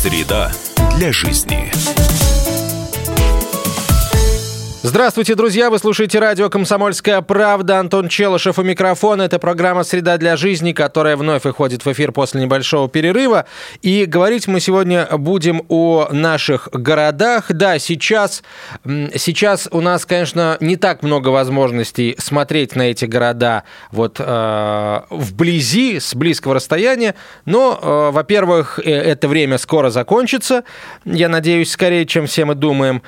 Среда для жизни. Здравствуйте, друзья! Вы слушаете радио «Комсомольская правда». Антон Челышев у микрофона. Это программа «Среда для жизни», которая вновь выходит в эфир после небольшого перерыва. И говорить мы сегодня будем о наших городах. Да, сейчас у нас, конечно, не так много возможностей смотреть на эти города вблизи, с близкого расстояния. Но, во-первых, это время скоро закончится. Я надеюсь, скорее, чем все мы думаем.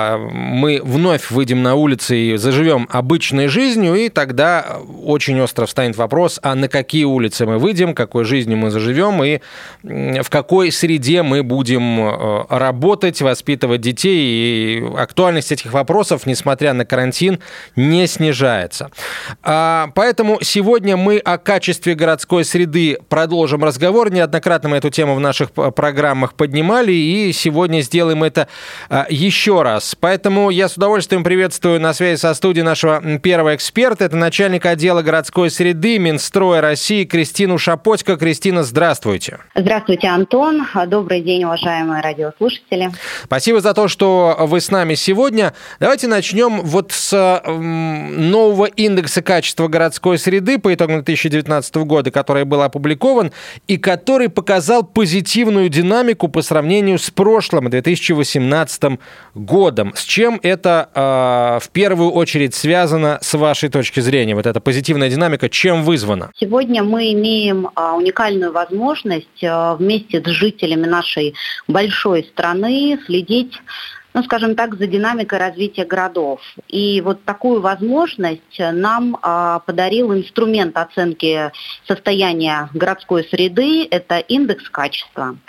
Мы вновь выйдем на улицы и заживем обычной жизнью, и тогда очень остро встанет вопрос, а на какие улицы мы выйдем, какой жизнью мы заживем, и в какой среде мы будем работать, воспитывать детей. И актуальность этих вопросов, несмотря на карантин, не снижается. Поэтому сегодня мы о качестве городской среды продолжим разговор. Неоднократно мы эту тему в наших программах поднимали, и сегодня сделаем это еще раз. Поэтому я с удовольствием приветствую на связи со студией нашего первого эксперта. Это начальник отдела городской среды Минстроя России Кристину Шапотько. Кристина, здравствуйте. Здравствуйте, Антон. Добрый день, уважаемые радиослушатели. Спасибо за то, что вы с нами сегодня. Давайте начнем с нового индекса качества городской среды по итогам 2019 года, который был опубликован и который показал позитивную динамику по сравнению с прошлым, 2018 годом. С чем это в первую очередь связано с вашей точки зрения? Вот эта позитивная динамика чем вызвана? Сегодня мы имеем уникальную возможность вместе с жителями нашей большой страны следить, скажем так, за динамикой развития городов. И вот такую возможность нам подарил инструмент оценки состояния городской среды, это индекс качества.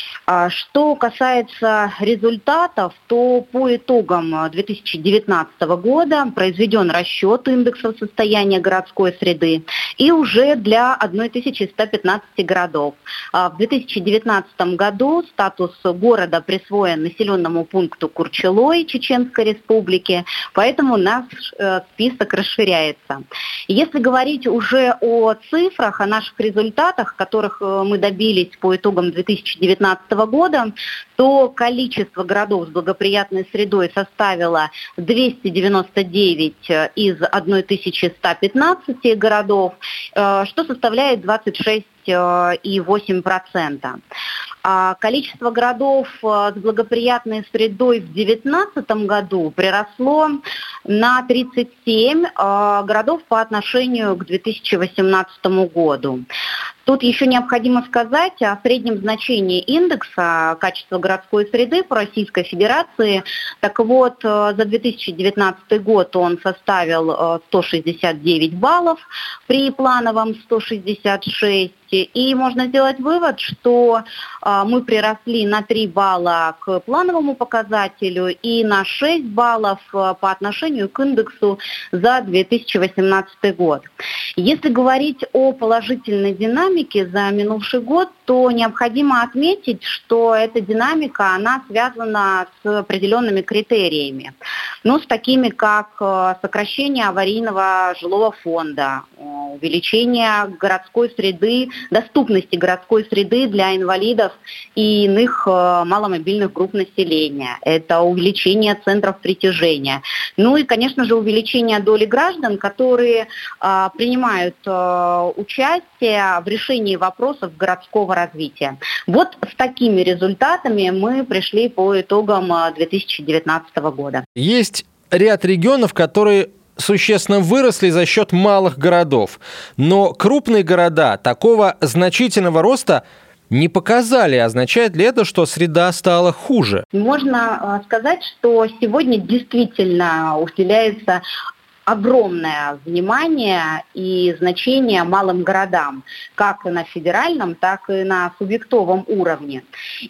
Что касается результатов, то по итогам 2019 года произведен расчет индекса состояния городской среды и уже для 1115 городов. В 2019 году статус города присвоен населенному пункту Курчелой Чеченской Республики, поэтому наш список расширяется. Если говорить уже о цифрах, о наших результатах, которых мы добились по итогам 2019 года, то количество городов с благоприятной средой составило 299 из 1115 городов, что составляет 26,8%. А количество городов с благоприятной средой в 2019 году приросло на 37 городов по отношению к 2018 году. Тут еще необходимо сказать о среднем значении индекса качества городской среды по Российской Федерации. Так вот, за 2019 год он составил 169 баллов, при плановом 166. И можно сделать вывод, что мы приросли на 3 балла к плановому показателю и на 6 баллов по отношению к индексу за 2018 год. Если говорить о положительной динамике за минувший год, то необходимо отметить, что эта динамика, она связана с определенными критериями. С такими как сокращение аварийного жилого фонда, увеличение городской среды, доступности городской среды для инвалидов и иных маломобильных групп населения. Это увеличение центров притяжения. И, конечно же, увеличение доли граждан, которые принимают участие в решении вопросов городского развития. Вот с такими результатами мы пришли по итогам 2019 года. Есть ряд регионов, которые существенно выросли за счет малых городов. Но крупные города такого значительного роста не показали. Означает ли это, что среда стала хуже? Можно сказать, что сегодня действительно уделяется огромное внимание и значение малым городам, как на федеральном, так и на субъектовом уровне.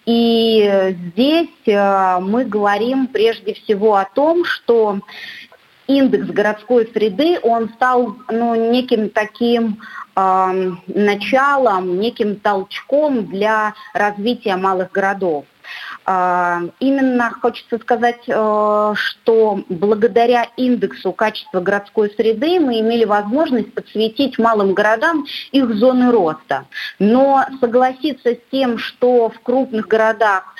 И здесь мы говорим прежде всего о том, что индекс городской среды, он стал неким таким началом, неким толчком для развития малых городов. Именно хочется сказать, что благодаря индексу качества городской среды мы имели возможность подсветить малым городам их зоны роста. Но согласиться с тем, что в крупных городах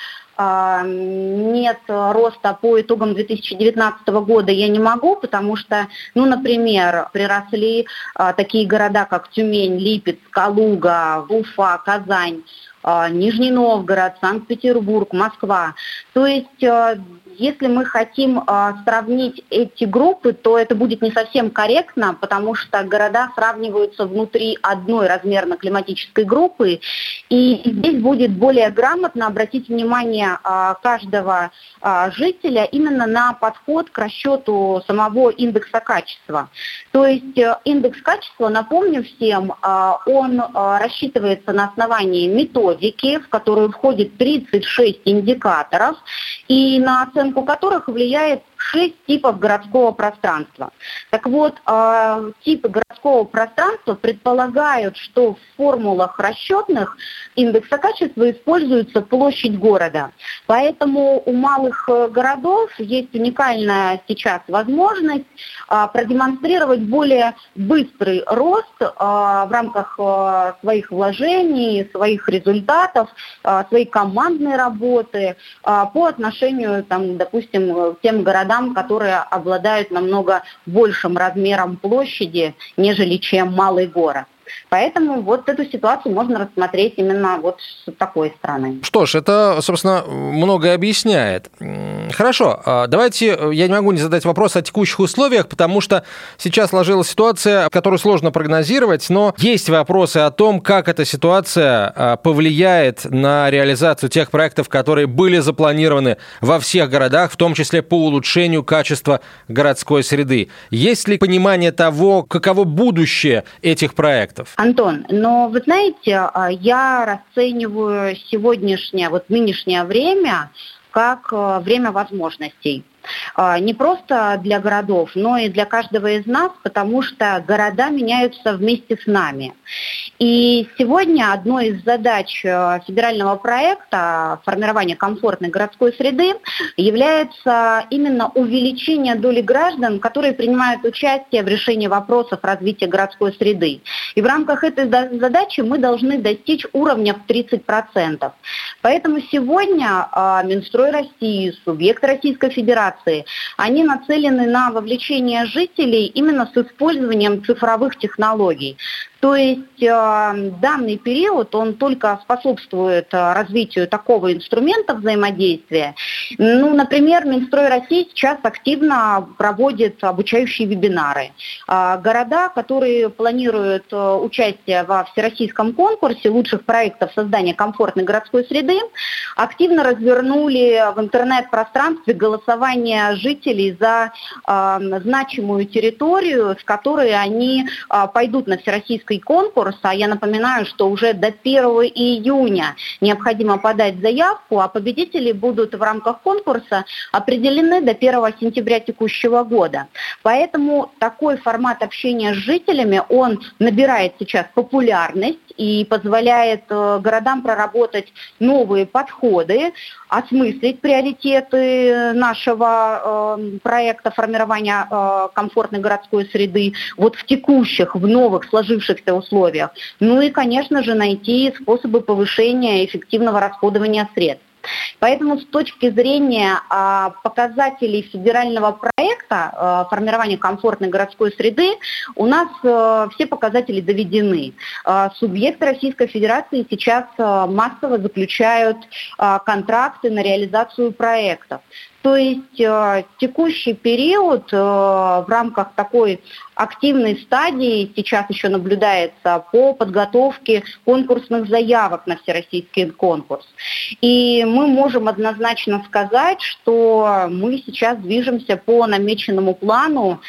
нет роста по итогам 2019 года, я не могу, потому что, например, приросли такие города, как Тюмень, Липецк, Калуга, Уфа, Казань, Нижний Новгород, Санкт-Петербург, Москва. То есть, если мы хотим сравнить эти группы, то это будет не совсем корректно, потому что города сравниваются внутри одной размерно-климатической группы, и здесь будет более грамотно обратить внимание каждого жителя именно на подход к расчету самого индекса качества. То есть индекс качества, напомню всем, он рассчитывается на основании методики, в которую входит 36 индикаторов, и на оценку которых влияет 6 типов городского пространства. Так вот, типы городского пространства предполагают, что в формулах расчетных индекса качества используется площадь города. Поэтому у малых городов есть уникальная сейчас возможность продемонстрировать более быстрый рост в рамках своих вложений, своих результатов, своей командной работы по отношению, допустим, к тем городам, которые обладают намного большим размером площади, нежели чем малый город. Поэтому вот эту ситуацию можно рассмотреть именно вот с такой стороны. Что ж, это, собственно, многое объясняет. Хорошо, давайте, я не могу не задать вопрос о текущих условиях, потому что сейчас сложилась ситуация, которую сложно прогнозировать, но есть вопросы о том, как эта ситуация повлияет на реализацию тех проектов, которые были запланированы во всех городах, в том числе по улучшению качества городской среды. Есть ли понимание того, каково будущее этих проектов? Антон, но вы знаете, я расцениваю нынешнее время как время возможностей. Не просто для городов, но и для каждого из нас, потому что города меняются вместе с нами. И сегодня одной из задач федерального проекта формирования комфортной городской среды является именно увеличение доли граждан, которые принимают участие в решении вопросов развития городской среды. И в рамках этой задачи мы должны достичь уровня в 30%. Поэтому сегодня Минстрой России, субъекты Российской Федерации, они нацелены на вовлечение жителей именно с использованием цифровых технологий. То есть данный период, он только способствует развитию такого инструмента взаимодействия. Например, Минстрой России сейчас активно проводит обучающие вебинары. Города, которые планируют участие во всероссийском конкурсе лучших проектов создания комфортной городской среды, активно развернули в интернет-пространстве голосование жителей за значимую территорию, с которой они пойдут на всероссийский конкурс, а я напоминаю, что уже до 1 июня необходимо подать заявку, а победители будут в рамках конкурса определены до 1 сентября текущего года. Поэтому такой формат общения с жителями, он набирает сейчас популярность и позволяет городам проработать новые подходы, осмыслить приоритеты нашего проекта формирования комфортной городской среды вот в текущих, в новых сложившихся условиях. И, конечно же, найти способы повышения эффективного расходования средств. Поэтому с точки зрения показателей федерального проекта формирования комфортной городской среды у нас все показатели доведены. Субъекты Российской Федерации сейчас массово заключают контракты на реализацию проектов. То есть текущий период в рамках такой активной стадии сейчас еще наблюдается по подготовке конкурсных заявок на всероссийский конкурс. И мы можем однозначно сказать, что мы сейчас движемся по намеченному плану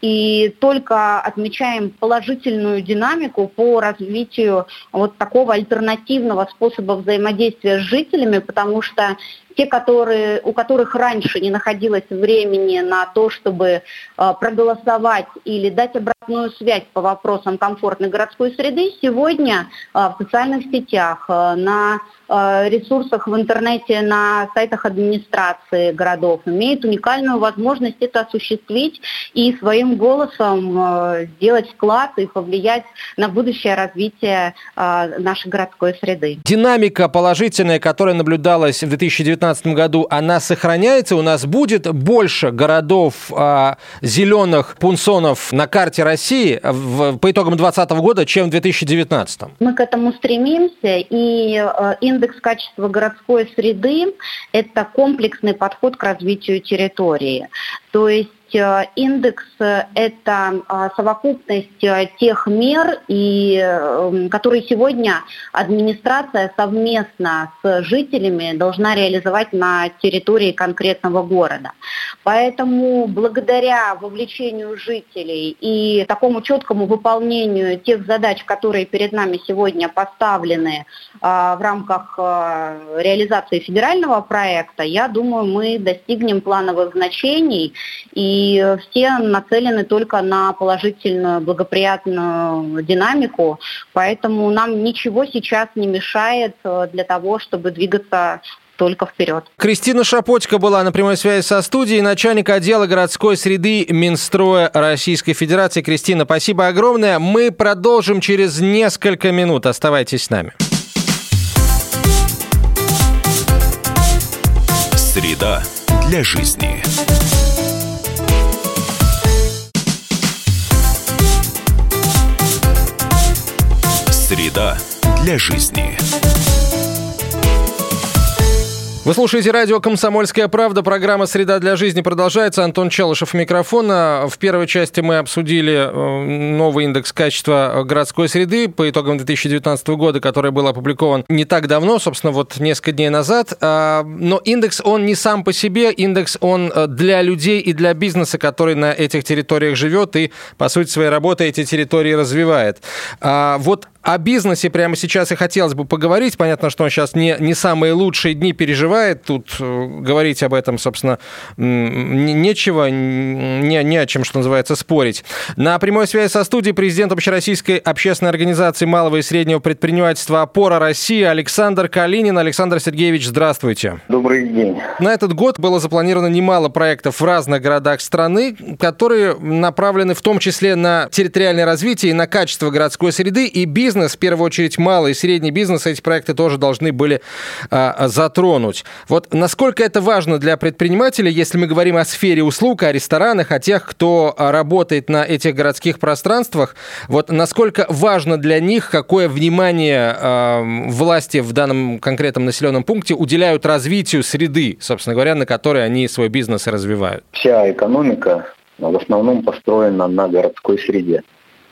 и только отмечаем положительную динамику по развитию вот такого альтернативного способа взаимодействия с жителями, потому что те, у которых раньше не находилось времени на то, чтобы проголосовать или дать обратную связь по вопросам комфортной городской среды, сегодня в социальных сетях, на ресурсах в интернете, на сайтах администрации городов, имеет уникальную возможность это осуществить и своим голосом сделать вклад и повлиять на будущее развитие нашей городской среды. Динамика положительная, которая наблюдалась в 2019 году, она сохраняется? У нас будет больше городов зеленых пунсонов на карте России по итогам 2020 года, чем в 2019? Мы к этому стремимся, и индекс качества городской среды – это комплексный подход к развитию территории. То есть индекс – это совокупность тех мер, которые сегодня администрация совместно с жителями должна реализовать на территории конкретного города. Поэтому благодаря вовлечению жителей и такому четкому выполнению тех задач, которые перед нами сегодня поставлены в рамках реализации федерального проекта, я думаю, мы достигнем плановых значений, и все нацелены только на положительную, благоприятную динамику, поэтому нам ничего сейчас не мешает для того, чтобы двигаться только вперед. Кристина Шапотько была на прямой связи со студией, начальник отдела городской среды Минстроя Российской Федерации. Кристина, спасибо огромное. Мы продолжим через несколько минут. Оставайтесь с нами. Среда для жизни. Среда для жизни. Вы слушаете радио «Комсомольская правда». Программа «Среда для жизни» продолжается. Антон Челышев у микрофона. В первой части мы обсудили новый индекс качества городской среды по итогам 2019 года, который был опубликован не так давно, собственно, вот несколько дней назад. Но индекс, он не сам по себе. Индекс, он для людей и для бизнеса, который на этих территориях живет и, по сути своей работы, эти территории развивает. Вот о бизнесе прямо сейчас и хотелось бы поговорить. Понятно, что он сейчас не самые лучшие дни переживает. Тут говорить об этом, собственно, нечего, не о чем, что называется, спорить. На прямой связи со студией президент Общероссийской общественной организации малого и среднего предпринимательства «Опора России» Александр Калинин. Александр Сергеевич, здравствуйте. Добрый день. На этот год было запланировано немало проектов в разных городах страны, которые направлены в том числе на территориальное развитие и на качество городской среды, и бизнес, в первую очередь малый и средний бизнес, эти проекты тоже должны были затронуть. Вот насколько это важно для предпринимателей, если мы говорим о сфере услуг, о ресторанах, о тех, кто работает на этих городских пространствах, вот насколько важно для них, какое внимание власти в данном конкретном населенном пункте уделяют развитию среды, собственно говоря, на которой они свой бизнес и развивают? Вся экономика в основном построена на городской среде.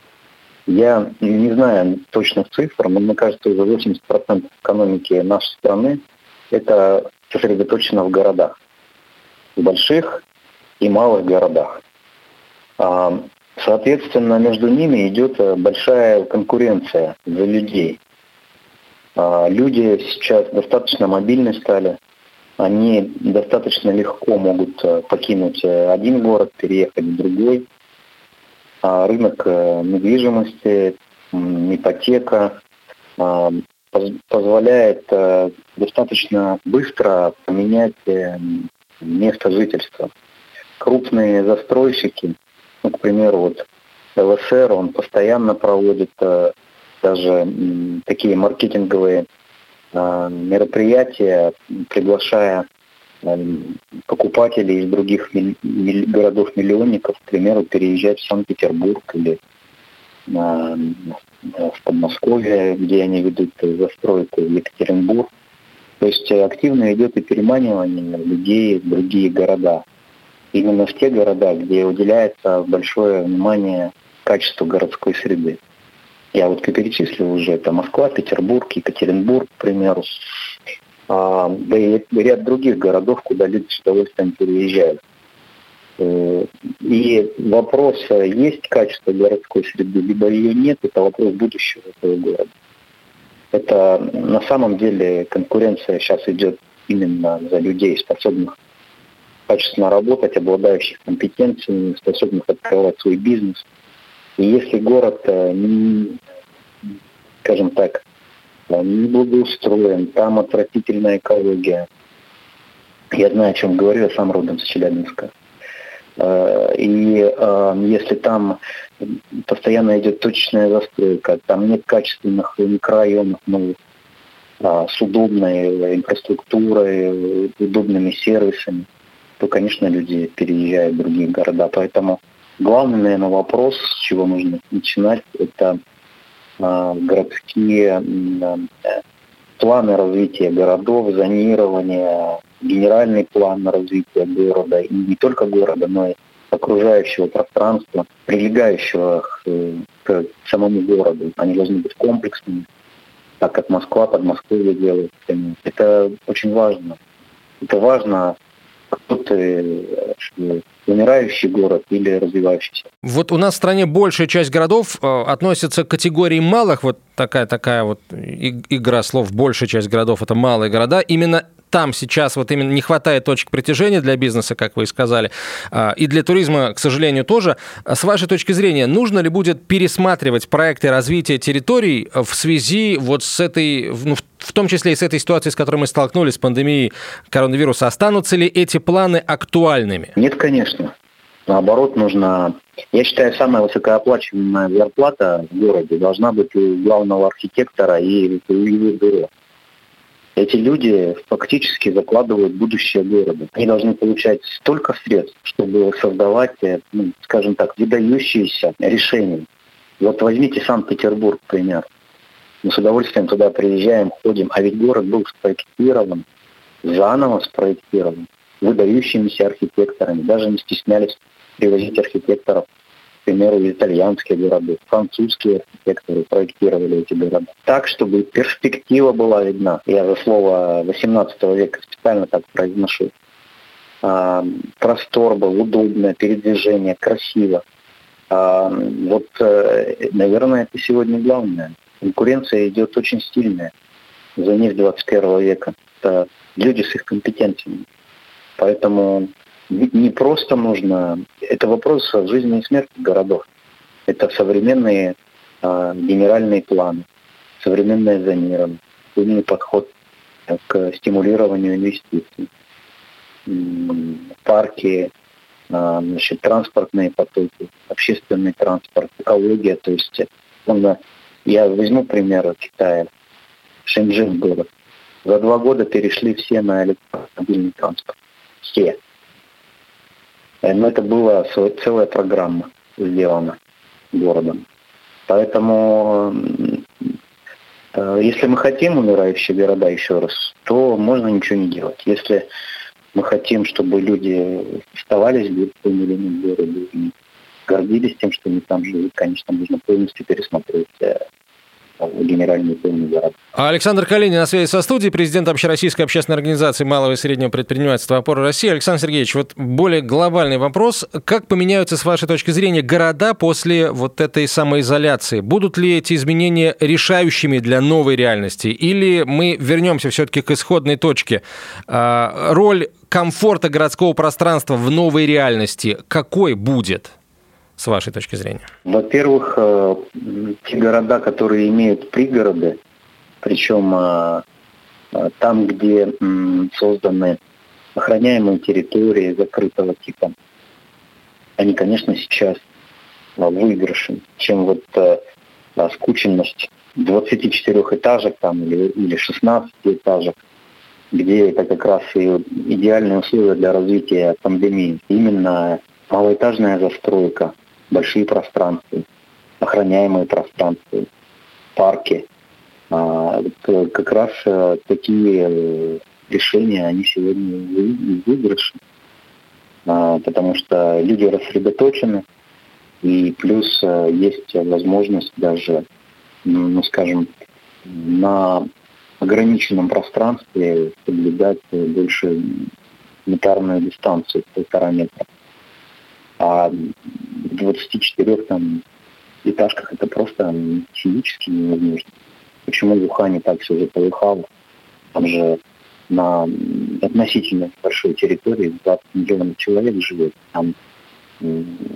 Я не знаю точных цифр, но мне кажется, уже 80% экономики нашей страны это сосредоточено в городах, в больших и малых городах. Соответственно, между ними идет большая конкуренция за людей. Люди сейчас достаточно мобильны стали, они достаточно легко могут покинуть один город, переехать в другой. Рынок недвижимости, ипотека позволяет достаточно быстро поменять место жительства. Крупные застройщики, к примеру, вот ЛСР, он постоянно проводит даже такие маркетинговые мероприятия, приглашая покупателей из других городов-миллионников, к примеру, переезжать в Санкт-Петербург или в Подмосковье, где они ведут застройку, в Екатеринбург. То есть активно идет и переманивание людей в другие города. Именно в те города, где уделяется большое внимание качеству городской среды. Я вот перечислил уже, это Москва, Петербург, Екатеринбург, к примеру. Да и ряд других городов, куда люди с удовольствием переезжают. И вопрос, есть качество городской среды, либо ее нет, это вопрос будущего этого города. Это на самом деле конкуренция сейчас идет именно за людей, способных качественно работать, обладающих компетенциями, способных открывать свой бизнес. И если город, скажем так, он неблагоустроен, там отвратительная экология. Я знаю, о чем говорю, я сам родом с Челябинска. И если там постоянно идет точечная застройка, там нет качественных микрорайонов новых, с удобной инфраструктурой, удобными сервисами, то, конечно, люди переезжают в другие города. Поэтому главный, наверное, вопрос, с чего нужно начинать, это городские планы развития городов, зонирование, генеральный план развития города, и не только города, но и окружающего пространства, прилегающего к самому городу. Они должны быть комплексными, так как Москва, Подмосковье делает. Это очень важно. Это важно, кто ты, умирающий город или развивающийся. Вот у нас в стране большая часть городов относится к категории малых. Вот такая вот игра слов. Большая часть городов – это малые города. Именно там сейчас вот именно не хватает точек притяжения для бизнеса, как вы и сказали, и для туризма, к сожалению, тоже. С вашей точки зрения, нужно ли будет пересматривать проекты развития территорий в связи вот с этой, в том числе и с этой ситуацией, с которой мы столкнулись, с пандемией коронавируса? Останутся ли эти планы актуальными? Нет, конечно. Наоборот, нужно... Я считаю, самая высокооплачиваемая зарплата в городе должна быть у главного архитектора и у его бюро. Эти люди фактически закладывают будущее города. Они должны получать столько средств, чтобы создавать, скажем так, выдающиеся решения. Вот возьмите Санкт-Петербург, например. Мы с удовольствием туда приезжаем, ходим, а ведь город был спроектирован, заново спроектирован, выдающимися архитекторами. Даже не стеснялись привозить архитекторов, к примеру, из итальянских городов. Французские архитекторы проектировали эти города так, чтобы перспектива была видна. Я за слово 18 века специально так произношу. Простор был, удобное передвижение, красиво. Вот, наверное, это сегодня главное. Конкуренция идет очень сильная за нефть 21 века. Это люди с их компетенциями. Поэтому не просто нужно... Это вопрос жизни и смерти городов. Это современные генеральные планы, современное зонирование, умный подход к стимулированию инвестиций, парки, транспортные потоки, общественный транспорт, экология. То есть, я возьму пример Китая, Шэньчжэнь город. За 2 года перешли все на электромобильный транспорт. Все. Но это была целая программа сделана городом. Поэтому, если мы хотим умирающие города, еще раз, то можно ничего не делать. Если мы хотим, чтобы люди оставались в том или ином городе и гордились тем, что они там живут, конечно, нужно полностью пересмотреть генеральные планы города. Александр Калинин на связи со студией, президент Общероссийской общественной организации малого и среднего предпринимательства «Опора России». Александр Сергеевич, вот более глобальный вопрос. Как поменяются, с вашей точки зрения, города после вот этой самоизоляции? Будут ли эти изменения решающими для новой реальности? Или мы вернемся все-таки к исходной точке? Роль комфорта городского пространства в новой реальности какой будет? С вашей точки зрения? Во-первых, те города, которые имеют пригороды, причем там, где созданы охраняемые территории закрытого типа, они, конечно, сейчас в выигрыше, чем вот скученность 24 этажек там, или 16 этажек, где это как раз и идеальные условия для развития пандемии. Именно малоэтажная застройка, большие пространства, охраняемые пространства, парки. Как раз такие решения, они сегодня в выигрыше, потому что люди рассредоточены, и плюс есть возможность даже, скажем, на ограниченном пространстве соблюдать больше метарную дистанцию, 1,5 метра. А в 24 этажках это просто физически невозможно. Почему в Ухане так все заполыхало? Там же на относительно большой территории 20 миллионов человек живет. Там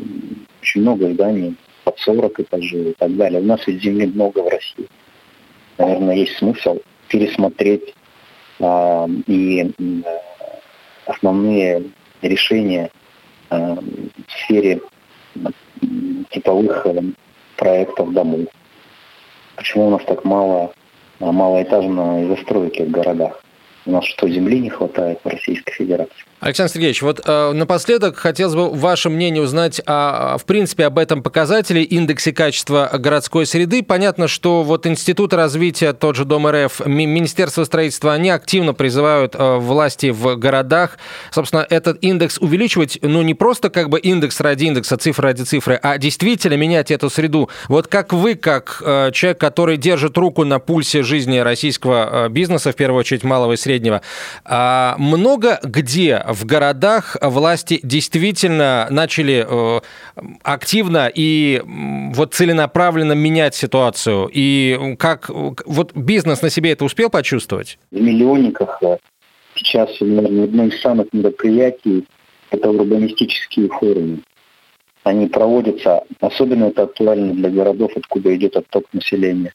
очень много зданий, под 40 этажей и так далее. У нас ведь земли много в России. наверное, есть смысл пересмотреть и основные решения в сфере типовых проектов домов. Почему у нас так мало малоэтажной застройки в городах? У нас что, земли не хватает в Российской Федерации? Александр Сергеевич, вот напоследок хотелось бы ваше мнение узнать в принципе об этом показателе, индексе качества городской среды. Понятно, что вот Институт развития, тот же Дом РФ, Министерство строительства, они активно призывают власти в городах, собственно, этот индекс увеличивать, но не просто как бы индекс ради индекса, цифра ради цифры, а действительно менять эту среду. Вот как вы, как человек, который держит руку на пульсе жизни российского бизнеса, в первую очередь малого и среднего, много где в городах власти действительно начали активно и вот целенаправленно менять ситуацию? И как вот бизнес на себе это успел почувствовать? В миллионниках сейчас, наверное, одно из самых мероприятий – это урбанистические форумы. Они проводятся, особенно это актуально для городов, откуда идет отток населения.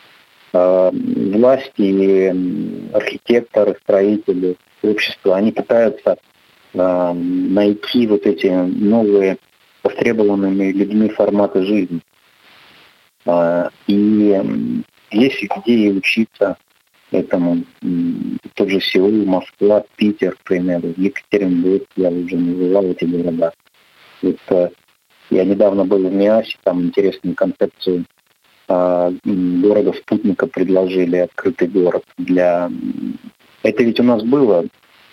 Власти, архитекторы, строители, общество, они пытаются найти вот эти новые востребованными людьми форматы жизни. И есть где и учиться этому. Тот же Сеул, Москва, Питер, к примеру, Екатеринбург, я уже называл эти города. Вот, я недавно был в Миасе, там интересную концепцию города-спутника предложили, открытый город. Это ведь у нас было.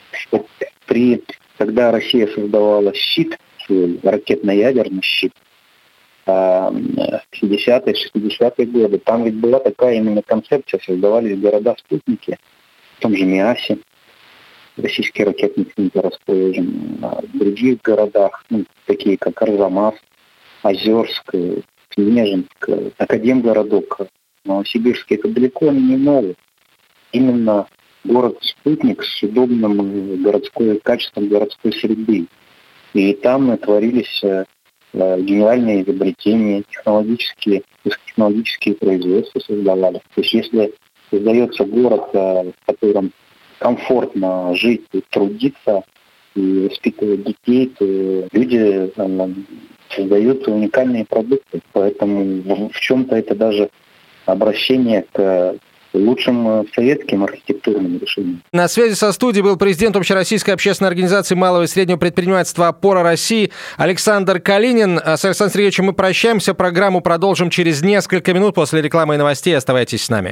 Когда Россия создавала щит, свой ракетно-ядерный щит, в 50-е, 60-е годы, там ведь была такая именно концепция, создавались города-спутники, в том же Миасе, российский ракетный центр расположен, в других городах, такие как Арзамас, Озерск, Снежинск, Академгородок, Новосибирск, это далеко не новый. Именно город-спутник с удобным качеством городской среды. И там творились гениальные изобретения, технологические производства создавали. То есть если создается город, в котором комфортно жить и трудиться, и воспитывать детей, то люди создают уникальные продукты. Поэтому в чем-то это даже обращение к лучшим советским архитектурным решениям. На связи со студией был президент Общероссийской общественной организации малого и среднего предпринимательства «Опора России» Александр Калинин. С Александром Сергеевичем мы прощаемся. Программу продолжим через несколько минут после рекламы и новостей. Оставайтесь с нами.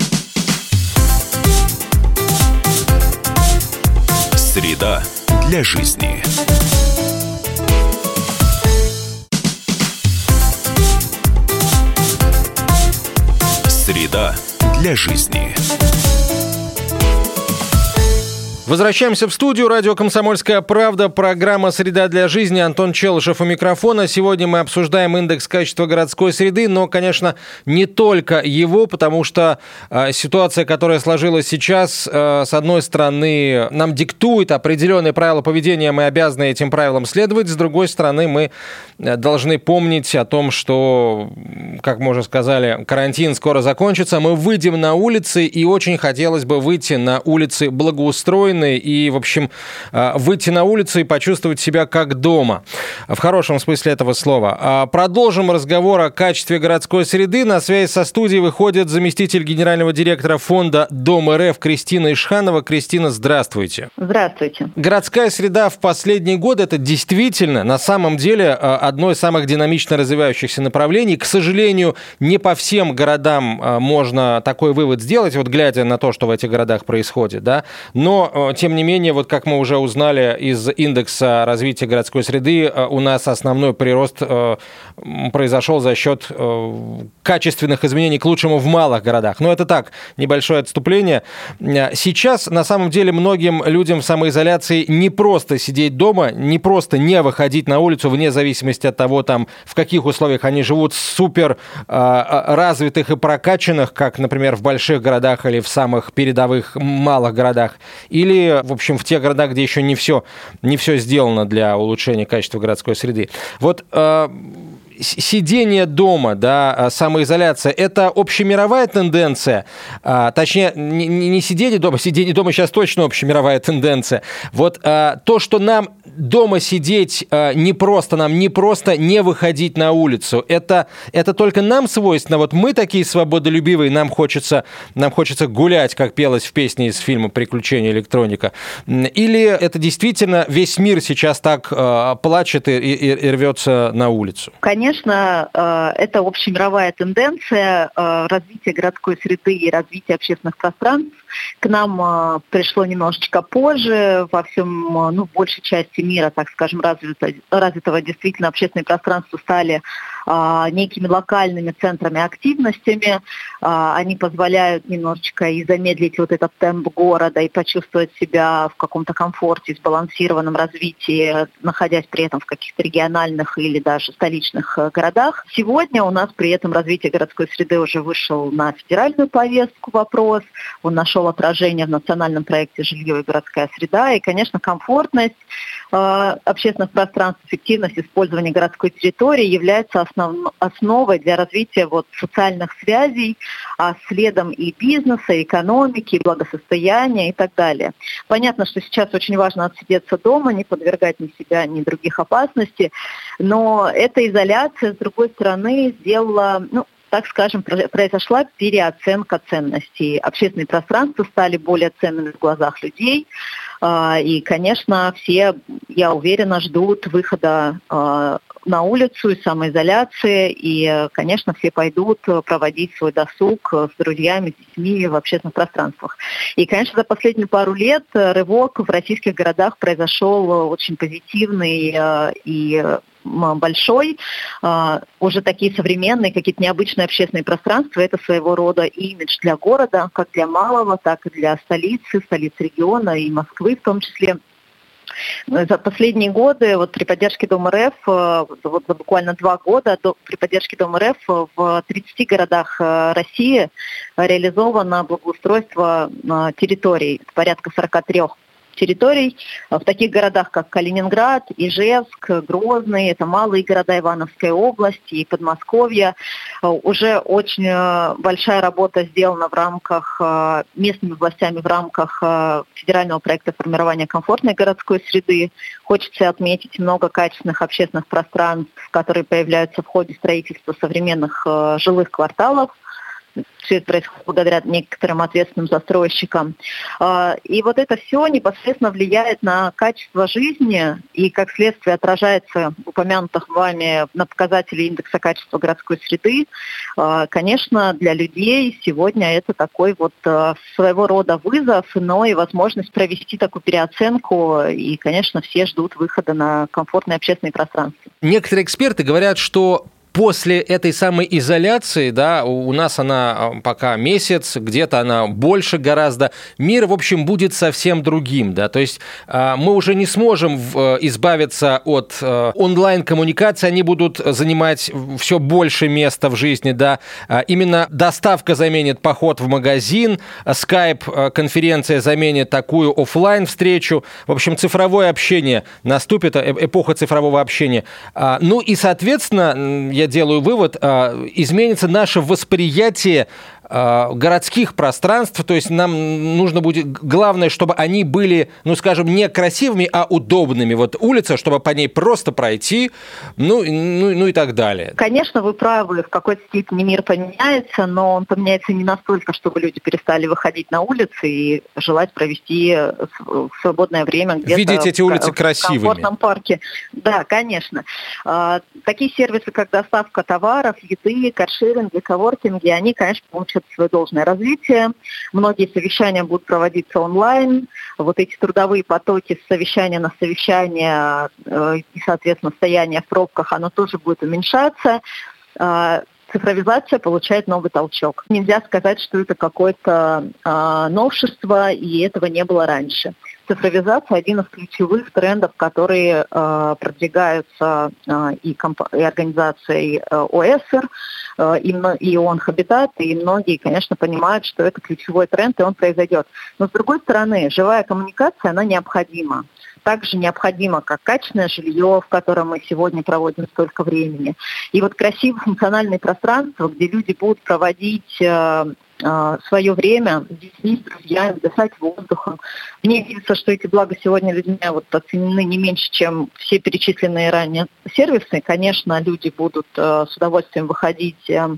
Среда для жизни. Среда для жизни. Возвращаемся в студию. Радио «Комсомольская правда». Программа «Среда для жизни». Антон Челышев у микрофона. Сегодня мы обсуждаем индекс качества городской среды, но, конечно, не только его, потому что ситуация, которая сложилась сейчас, с одной стороны, нам диктует определенные правила поведения, мы обязаны этим правилам следовать. С другой стороны, мы должны помнить о том, что, как мы уже сказали, карантин скоро закончится. Мы выйдем на улицы, и очень хотелось бы выйти на улицы благоустроенные, и, в общем, выйти на улицу и почувствовать себя как дома, в хорошем смысле этого слова. Продолжим разговор о качестве городской среды. На связь со студией выходит заместитель генерального директора фонда Дом РФ Кристина Ишханова. Кристина, здравствуйте. Здравствуйте. Городская среда в последние годы – это действительно, на самом деле, одно из самых динамично развивающихся направлений. К сожалению, не по всем городам можно такой вывод сделать, вот глядя на то, что в этих городах происходит, да, но тем не менее, вот как мы уже узнали из индекса развития городской среды, у нас основной прирост произошел за счет качественных изменений к лучшему в малых городах. Но это так, небольшое отступление. Сейчас, на самом деле, многим людям в самоизоляции не просто сидеть дома, не просто не выходить на улицу, вне зависимости от того, там, в каких условиях они живут, супер развитых и прокачанных, как, например, в больших городах или в самых передовых малых городах, или, в общем, в тех городах, где еще не все сделано для улучшения качества городской среды. Вот сидение дома, да, самоизоляция, это общемировая тенденция? Точнее, не сидение дома сейчас точно общемировая тенденция. Вот то, что нам дома сидеть не просто не выходить на улицу, это только нам свойственно. Вот мы такие свободолюбивые, нам хочется гулять, как пелось в песне из фильма «Приключения электроника». Или это действительно весь мир сейчас так плачет и рвется на улицу? Конечно, это общемировая тенденция развития городской среды и развития общественных пространств. К нам пришло немножечко позже. Во всем, в большей части мира, так скажем, развитого действительно общественные пространства стали некими локальными центрами активностями. Они позволяют немножечко и замедлить вот этот темп города и почувствовать себя в каком-то комфорте, сбалансированном развитии, находясь при этом в каких-то региональных или даже столичных городах. Сегодня у нас при этом развитие городской среды уже вышел на федеральную повестку вопрос. Он нашел отражение в национальном проекте «Жилье и городская среда». И, конечно, комфортность общественных пространств, эффективность использования городской территории является основой для развития социальных связей, а следом и бизнеса, и экономики, и благосостояния и так далее. Понятно, что сейчас очень важно отсидеться дома, не подвергать ни себя, ни других опасности, но эта изоляция, с другой стороны, сделала, так скажем, произошла переоценка ценностей. Общественные пространства стали более ценными в глазах людей. И, конечно, все, я уверена, ждут выхода на улицу и самоизоляции. И, конечно, все пойдут проводить свой досуг с друзьями, с детьми в общественных пространствах. И, конечно, за последние пару лет рывок в российских городах произошел очень позитивный и большой, уже такие современные, какие-то необычные общественные пространства. Это своего рода имидж для города, как для малого, так и для столицы региона и Москвы в том числе. За последние годы при поддержке Дома РФ, за буквально 2 года при поддержке Дома РФ в 30 городах России реализовано благоустройство территорий, порядка 43 территорий в таких городах, как Калининград, Ижевск, Грозный, это малые города Ивановской области и Подмосковья. Уже очень большая работа сделана в рамках местными властями, в рамках федерального проекта формирования комфортной городской среды. Хочется отметить много качественных общественных пространств, которые появляются в ходе строительства современных жилых кварталов. Все это происходит благодаря некоторым ответственным застройщикам. И это все непосредственно влияет на качество жизни и, как следствие, отражается в упомянутых вами на показателе индекса качества городской среды. Конечно, для людей сегодня это такой своего рода вызов, но и возможность провести такую переоценку. И, конечно, все ждут выхода на комфортное общественное пространство. Некоторые эксперты говорят, что после этой самой изоляции, да, у нас она пока месяц, где-то она больше гораздо, мир, в общем, будет совсем другим, да, то есть мы уже не сможем избавиться от онлайн-коммуникаций, они будут занимать все больше места в жизни, да, именно доставка заменит поход в магазин, скайп-конференция заменит такую офлайн-встречу, в общем, цифровое общение наступит, эпоха цифрового общения. Ну и, соответственно, я делаю вывод, изменится наше восприятие городских пространств, то есть нам нужно будет, главное, чтобы они были, не красивыми, а удобными. Улица, чтобы по ней просто пройти, ну и так далее. Конечно, вы правы, в какой-то степени мир поменяется, но он поменяется не настолько, чтобы люди перестали выходить на улицы и желать провести свободное время где-то видеть эти улицы красивыми. В комфортном парке. Да, конечно. Такие сервисы, как доставка товаров, еды, каршеринги, коворкинги, они, конечно, получат свое должное развитие. Многие совещания будут проводиться онлайн. Эти трудовые потоки с совещания на совещание и, соответственно, стояние в пробках, оно тоже будет уменьшаться. Цифровизация получает новый толчок. Нельзя сказать, что это какое-то новшество, и этого не было раньше. цифровизация один из ключевых трендов, которые продвигаются и организацией ОЭСР, и ООН Хабитат, и многие, конечно, понимают, что это ключевой тренд, и он произойдет. Но, с другой стороны, живая коммуникация, она необходима. Также необходимо, как качественное жилье, в котором мы сегодня проводим столько времени. И вот красивые функциональные пространства, где люди будут проводить свое время с детьми, с друзьями, дышать воздухом. Мне видится, что эти блага сегодня людьми оценены не меньше, чем все перечисленные ранее сервисы. Конечно, люди будут с удовольствием выходить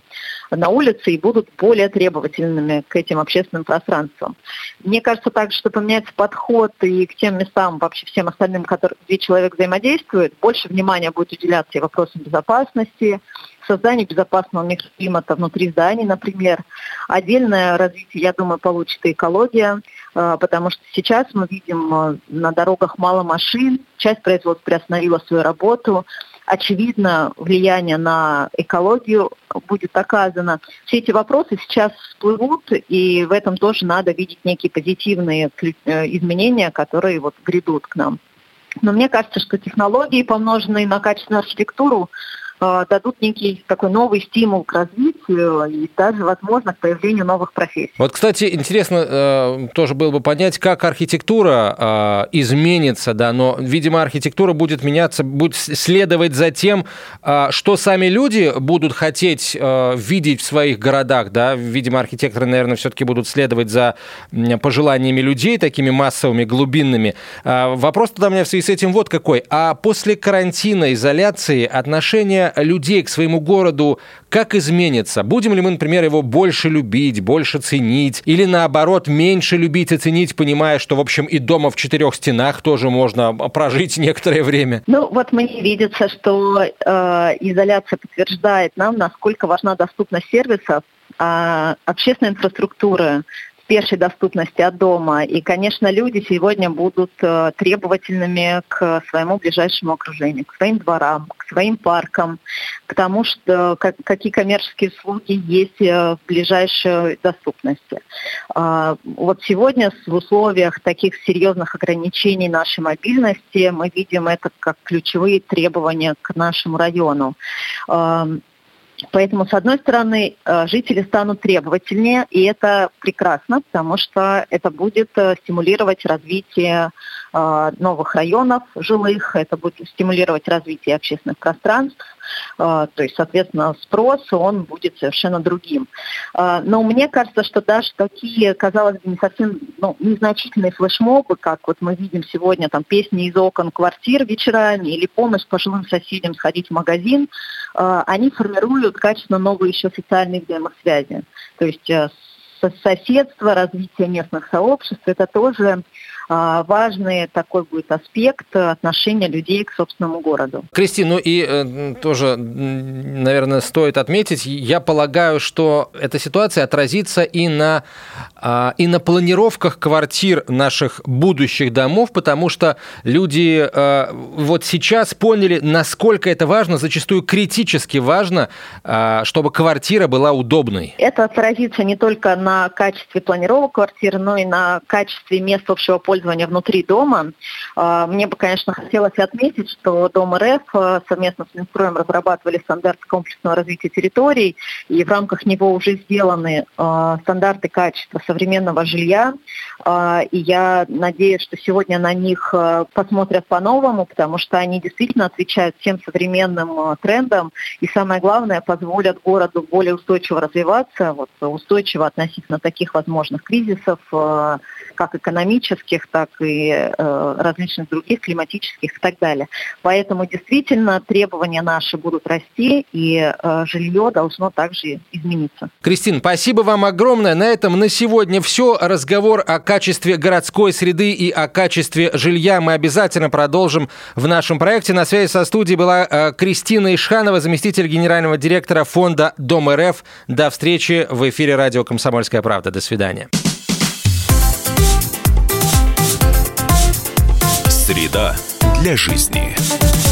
на улицы и будут более требовательными к этим общественным пространствам. Мне кажется также, что поменяется подход и к тем местам, вообще всем остальным, где человек взаимодействует. Больше внимания будет уделяться и вопросам безопасности, созданию безопасного микроклимата внутри зданий, например. Отдельное развитие, я думаю, получит и экология, потому что сейчас мы видим на дорогах мало машин, часть производства приостановила свою работу. Очевидно, влияние на экологию будет оказано. Все эти вопросы сейчас всплывут, и в этом тоже надо видеть некие позитивные изменения, которые грядут к нам. Но мне кажется, что технологии, помноженные на качественную архитектуру, дадут некий такой новый стимул к развитию и даже, возможно, к появлению новых профессий. Вот, кстати, интересно тоже было бы понять, как архитектура изменится, да, но, видимо, архитектура будет меняться, будет следовать за тем, что сами люди будут хотеть видеть в своих городах, да, видимо, архитекторы, наверное, все-таки будут следовать за пожеланиями людей, такими массовыми, глубинными. Вопрос тогда у меня в связи с этим вот какой. А после карантина, изоляции, отношения людей к своему городу как изменится? Будем ли мы, например, его больше любить, больше ценить? Или, наоборот, меньше любить и ценить, понимая, что, в общем, и дома в 4 стенах тоже можно прожить некоторое время? Ну, вот мне видится, что изоляция подтверждает нам, насколько важна доступность сервисов, общественной инфраструктуры, пешей доступности от дома. И, конечно, люди сегодня будут требовательными к своему ближайшему окружению, к своим дворам, к своим паркам, к тому, что какие коммерческие услуги есть в ближайшей доступности. Вот сегодня в условиях таких серьезных ограничений нашей мобильности мы видим это как ключевые требования к нашему району. Поэтому, с одной стороны, жители станут требовательнее, и это прекрасно, потому что это будет стимулировать развитие новых районов жилых, это будет стимулировать развитие общественных пространств, то есть, соответственно, спрос, он будет совершенно другим. Но мне кажется, что даже такие, казалось бы, не совсем незначительные флешмобы, как вот мы видим сегодня, там, песни из окон квартир вечерами или помощь пожилым соседям сходить в магазин, они формируют качественно новые еще социальные взаимосвязи. То есть соседство, развитие местных сообществ, это тоже важный такой будет аспект отношения людей к собственному городу. Кристин, ну и тоже, наверное, стоит отметить, я полагаю, что эта ситуация отразится и на планировках квартир наших будущих домов, потому что люди вот сейчас поняли, насколько это важно, зачастую критически важно, чтобы квартира была удобной. Это отразится не только на качестве планировок квартир, но и на качестве мест общего пользования внутри дома. Мне бы, конечно, хотелось отметить, что Дом РФ совместно с Минстроем разрабатывали стандарт комплексного развития территорий, и в рамках него уже сделаны стандарты качества современного жилья. И я надеюсь, что сегодня на них посмотрят по-новому, потому что они действительно отвечают всем современным трендам и, самое главное, позволят городу более устойчиво развиваться, устойчиво относительно таких возможных кризисов, как экономических, так и различных других, климатических и так далее. Поэтому действительно требования наши будут расти, и жилье должно также измениться. Кристин, спасибо вам огромное. На этом на сегодня все. Разговор о качестве городской среды и о качестве жилья мы обязательно продолжим в нашем проекте. На связи со студией была Кристина Ишханова, заместитель генерального директора фонда Дом РФ. До встречи в эфире радио «Комсомольская правда». До свидания. Среда для жизни.